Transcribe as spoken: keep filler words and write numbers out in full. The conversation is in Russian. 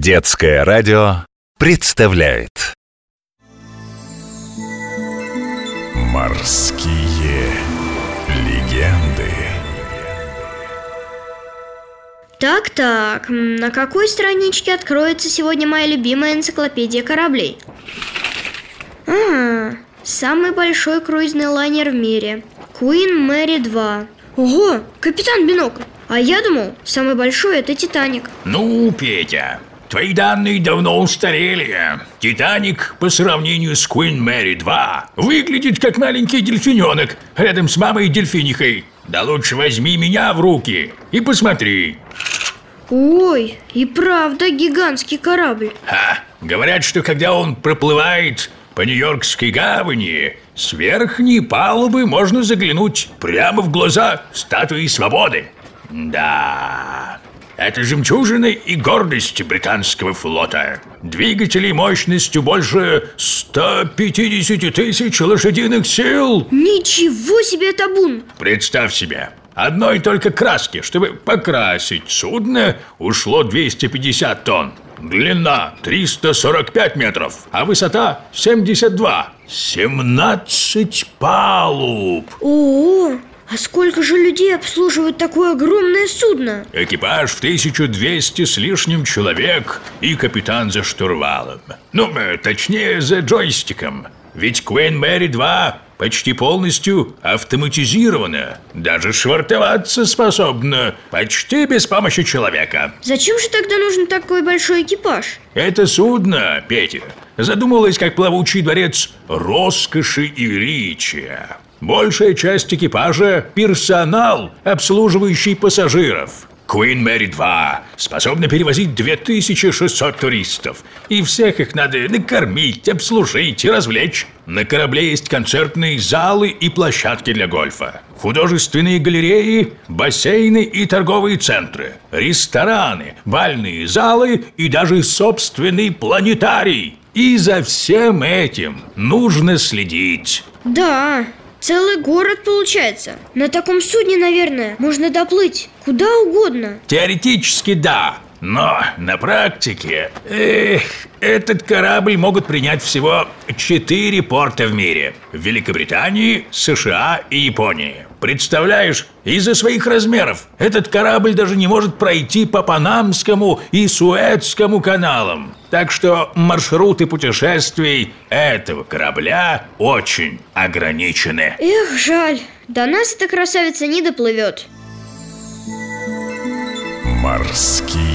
Детское радио представляет Морские легенды. Так-так, на какой страничке откроется сегодня моя любимая энциклопедия кораблей? Ага, самый большой круизный лайнер в мире Queen Mary два. Ого, капитан Бинокль! А я думал, самый большой — это Титаник. Ну, Петя, твои данные давно устарели. Титаник по сравнению с Queen Mary два выглядит как маленький дельфиненок рядом с мамой дельфинихой. Да лучше возьми меня в руки и посмотри. Ой, и правда гигантский корабль. Ха, говорят, что когда он проплывает по Нью-Йоркской гавани, с верхней палубы можно заглянуть прямо в глаза статуи свободы. Да, это жемчужина и гордость британского флота. Двигатели мощностью больше ста пятидесяти тысяч лошадиных сил. Ничего себе табун! Представь себе, одной только краски, чтобы покрасить судно, ушло двести пятьдесят тонн. Длина триста сорок пять метров, а высота семьдесят два. семнадцать палуб. О, а сколько же людей обслуживают такое огромное судно? Экипаж в тысячу двести с лишним человек и капитан за штурвалом. Ну, точнее, за джойстиком. Ведь Queen Mary два почти полностью автоматизирована. Даже швартоваться способна почти без помощи человека. Зачем же тогда нужен такой большой экипаж? Это судно, Петя, задумалось как плавучий дворец роскоши и величия. Большая часть экипажа – персонал, обслуживающий пассажиров. Queen Mary два способна перевозить две тысячи шестьсот туристов. И всех их надо накормить, обслужить и развлечь. На корабле есть концертные залы и площадки для гольфа, художественные галереи, бассейны и торговые центры, рестораны, бальные залы и даже собственный планетарий. И за всем этим нужно следить. Да, целый город получается. На таком судне, наверное, можно доплыть куда угодно. Теоретически да, но на практике эх, этот корабль могут принять всего четыре порта в мире: в Великобритании, США и Японии. Представляешь, из-за своих размеров этот корабль даже не может пройти по Панамскому и Суэцкому каналам. Так что маршруты путешествий этого корабля очень ограничены. Эх, жаль, до нас эта красавица не доплывет. Морские